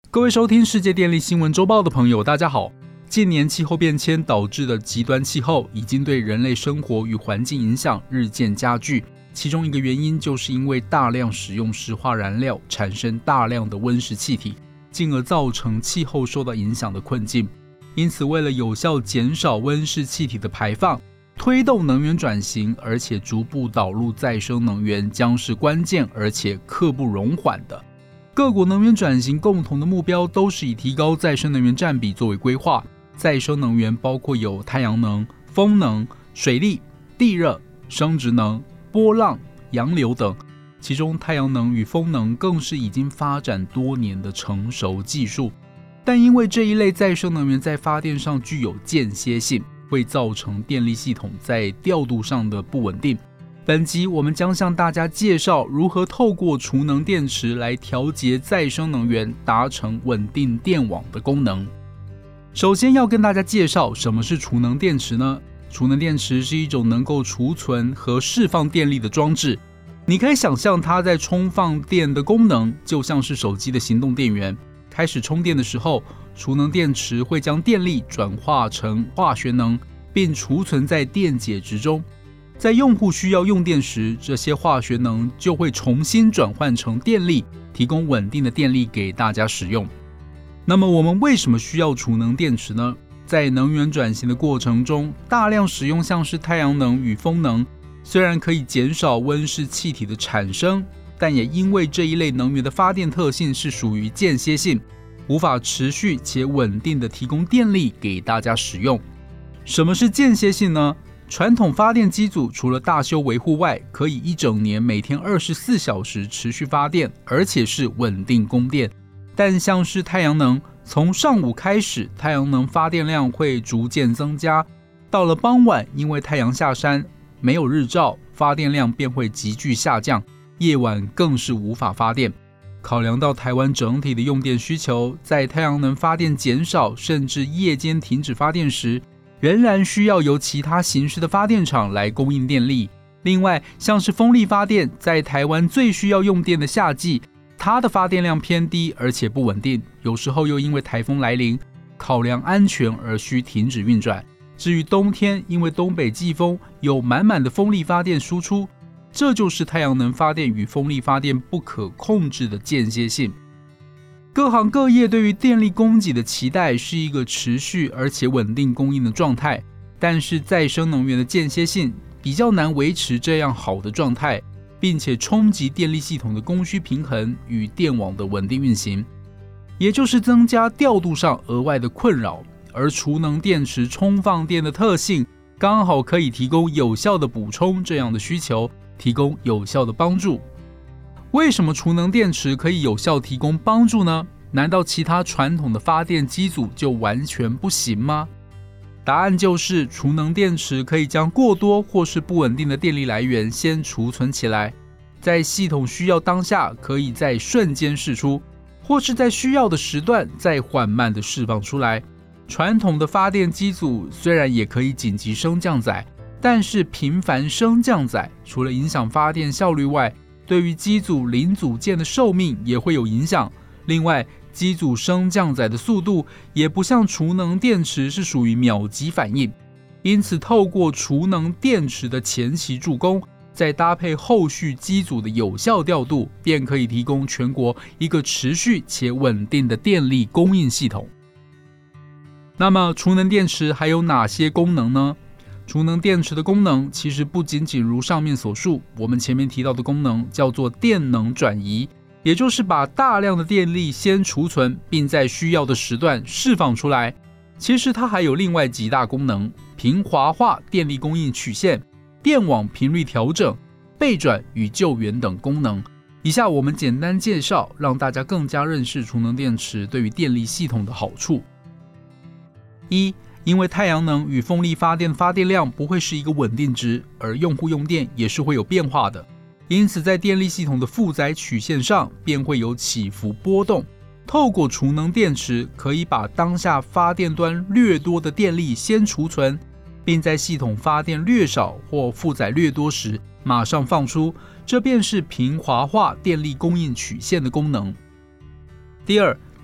各位收听世界电力新闻周报的朋友，大家好。近年气候变迁导致的极端气候已经对人类生活与环境影响日渐加剧，其中一个原因就是因为大量使用石化燃料产生大量的温室气体，进而造成气候受到影响的困境。因此，为了有效减少温室气体的排放，推动能源转型，而且逐步导入再生能源将是关键而且刻不容缓的。各国能源转型共同的目标都是以提高再生能源占比作为规划。再生能源包括有太阳能、风能、水力、地热、生质能、波浪、洋流等，其中太阳能与风能更是已经发展多年的成熟技术。但因为这一类再生能源在发电上具有间歇性，会造成电力系统在调度上的不稳定。本集我们将向大家介绍如何透过储能电池来调节再生能源，达成稳定电网的功能。首先要跟大家介绍什么是储能电池呢？储能电池是一种能够储存和释放电力的装置。你可以想象它在充放电的功能就像是手机的行动电源。开始充电的时候，储能电池会将电力转化成化学能，并储存在电解质中。在用户需要用电时，这些化学能就会重新转换成电力，提供稳定的电力给大家使用。那么我们为什么需要储能电池呢？在能源转型的过程中，大量使用像是太阳能与风能，虽然可以减少温室气体的产生，但也因为这一类能源的发电特性是属于间歇性，无法持续且稳定的提供电力给大家使用。什么是间歇性呢？传统发电机组除了大修维护外，可以一整年每天24小时持续发电，而且是稳定供电。但像是太阳能，从上午开始，太阳能发电量会逐渐增加，到了傍晚，因为太阳下山，没有日照，发电量便会急剧下降，夜晚更是无法发电。考量到台湾整体的用电需求，在太阳能发电减少甚至夜间停止发电时，仍然需要由其他形式的发电厂来供应电力。另外，像是风力发电，在台湾最需要用电的夏季，它的发电量偏低而且不稳定，有时候又因为台风来临，考量安全而需停止运转。至于冬天，因为东北季风有满满的风力发电输出，这就是太阳能发电与风力发电不可控制的间歇性。各行各业对于电力供给的期待是一个持续而且稳定供应的状态，但是再生能源的间歇性比较难维持这样好的状态，并且冲击电力系统的供需平衡与电网的稳定运行，也就是增加调度上额外的困扰。而储能电池充放电的特性刚好可以提供有效的补充这样的需求，提供有效的帮助。为什么储能电池可以有效提供帮助呢？难道其他传统的发电机组就完全不行吗？答案就是储能电池可以将过多或是不稳定的电力来源先储存起来，在系统需要当下可以在瞬间释出，或是在需要的时段再缓慢的释放出来。传统的发电机组虽然也可以紧急升降载，但是频繁升降载除了影响发电效率外，对于机组零组件的寿命也会有影响。另外，机组升降载的速度也不像储能电池是属于秒级反应，因此透过储能电池的前期助攻，再搭配后续机组的有效调度，便可以提供全国一个持续且稳定的电力供应系统。那么储能电池还有哪些功能呢？储能电池的功能其实不仅仅如上面所述，我们前面提到的功能叫做电能转移，也就是把大量的电力先储存，并在需要的时段释放出来。其实它还有另外几大功能：平滑化电力供应曲线、电网频率调整、备转与救援等功能。以下我们简单介绍，让大家更加认识储能电池对于电力系统的好处。一，因为太阳能与风力发电的发电量不会是一个稳定值，而用户用电也是会有变化的，因此在电力系统的负载曲线上便会有起伏波动。透过储能电池，可以把当下发电端略多的电力先储存，并在系统发电略少或负载略多时马上放出，这便是平滑化电力供应曲线的功能。第二，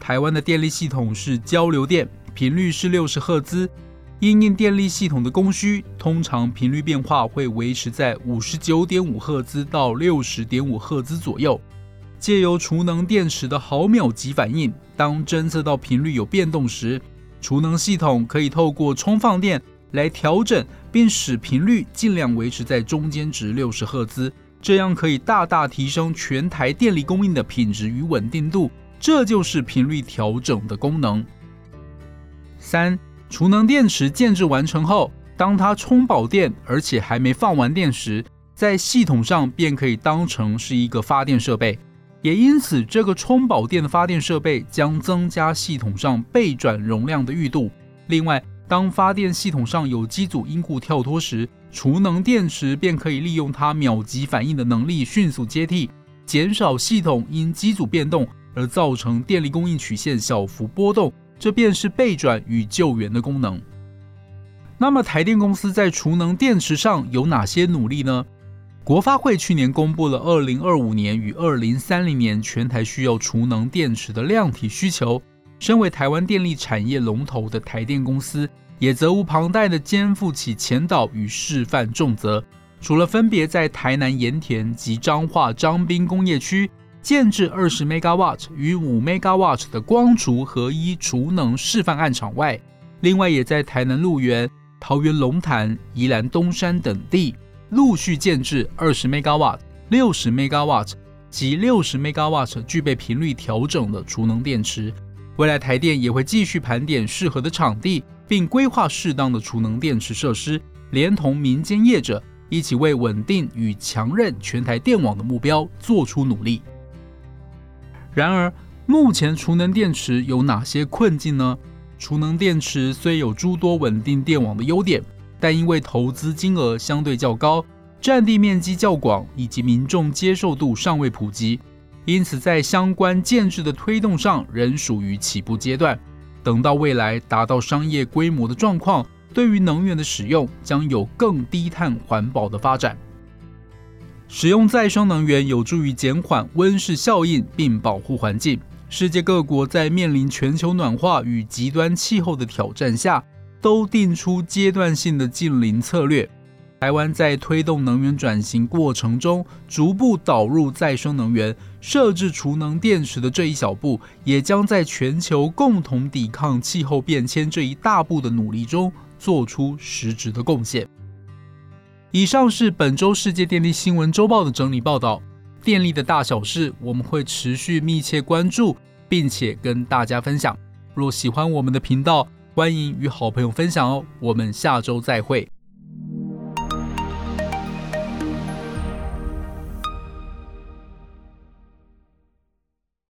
台湾的电力系统是交流电，频率是60赫兹。因应电力系统的供需，通常频率变化会维持在 59.5 赫兹到 60.5 赫兹左右。借由储能电池的毫秒级反应，当侦测到频率有变动时，储能系统可以透过充放电来调整，并使频率尽量维持在中间值60赫兹，这样可以大大提升全台电力供应的品质与稳定度，这就是频率调整的功能。3. 储能电池建置完成后，当它充饱电而且还没放完电时，在系统上便可以当成是一个发电设备，也因此这个充饱电的发电设备将增加系统上备转容量的裕度。另外，当发电系统上有机组因故跳脱时，储能电池便可以利用它秒级反应的能力迅速接替，减少系统因机组变动而造成电力供应曲线小幅波动，这便是备转与救援的功能。那么台电公司在储能电池上有哪些努力呢？国发会去年公布了2025年与2030年全台需要储能电池的量体需求。身为台湾电力产业龙头的台电公司，也责无旁贷地肩负起前导与示范重责。除了分别在台南盐田及彰化彰滨工业区建置20 MW 与5 MW 的光储合一储能示范案场外，另外也在台南鹿园、桃园龙潭、宜兰东山等地陆续建置20 MW、60 MW 及60 MW 具备频率调整的储能电池。未来台电也会继续盘点适合的场地，并规划适当的储能电池设施，连同民间业者一起为稳定与强韧全台电网的目标做出努力。然而，目前储能电池有哪些困境呢？储能电池虽有诸多稳定电网的优点，但因为投资金额相对较高，占地面积较广，以及民众接受度尚未普及，因此在相关建制的推动上仍属于起步阶段。等到未来达到商业规模的状况，对于能源的使用将有更低碳环保的发展。使用再生能源有助于减缓温室效应并保护环境。世界各国在面临全球暖化与极端气候的挑战下，都定出阶段性的净零策略。台湾在推动能源转型过程中，逐步导入再生能源，设置储能电池的这一小步，也将在全球共同抵抗气候变迁这一大步的努力中，做出实质的贡献。以上是本周世界电力新闻周报的整理报道。电力的大小事，我们会持续密切关注，并且跟大家分享。若喜欢我们的频道，欢迎与好朋友分享哦。我们下周再会。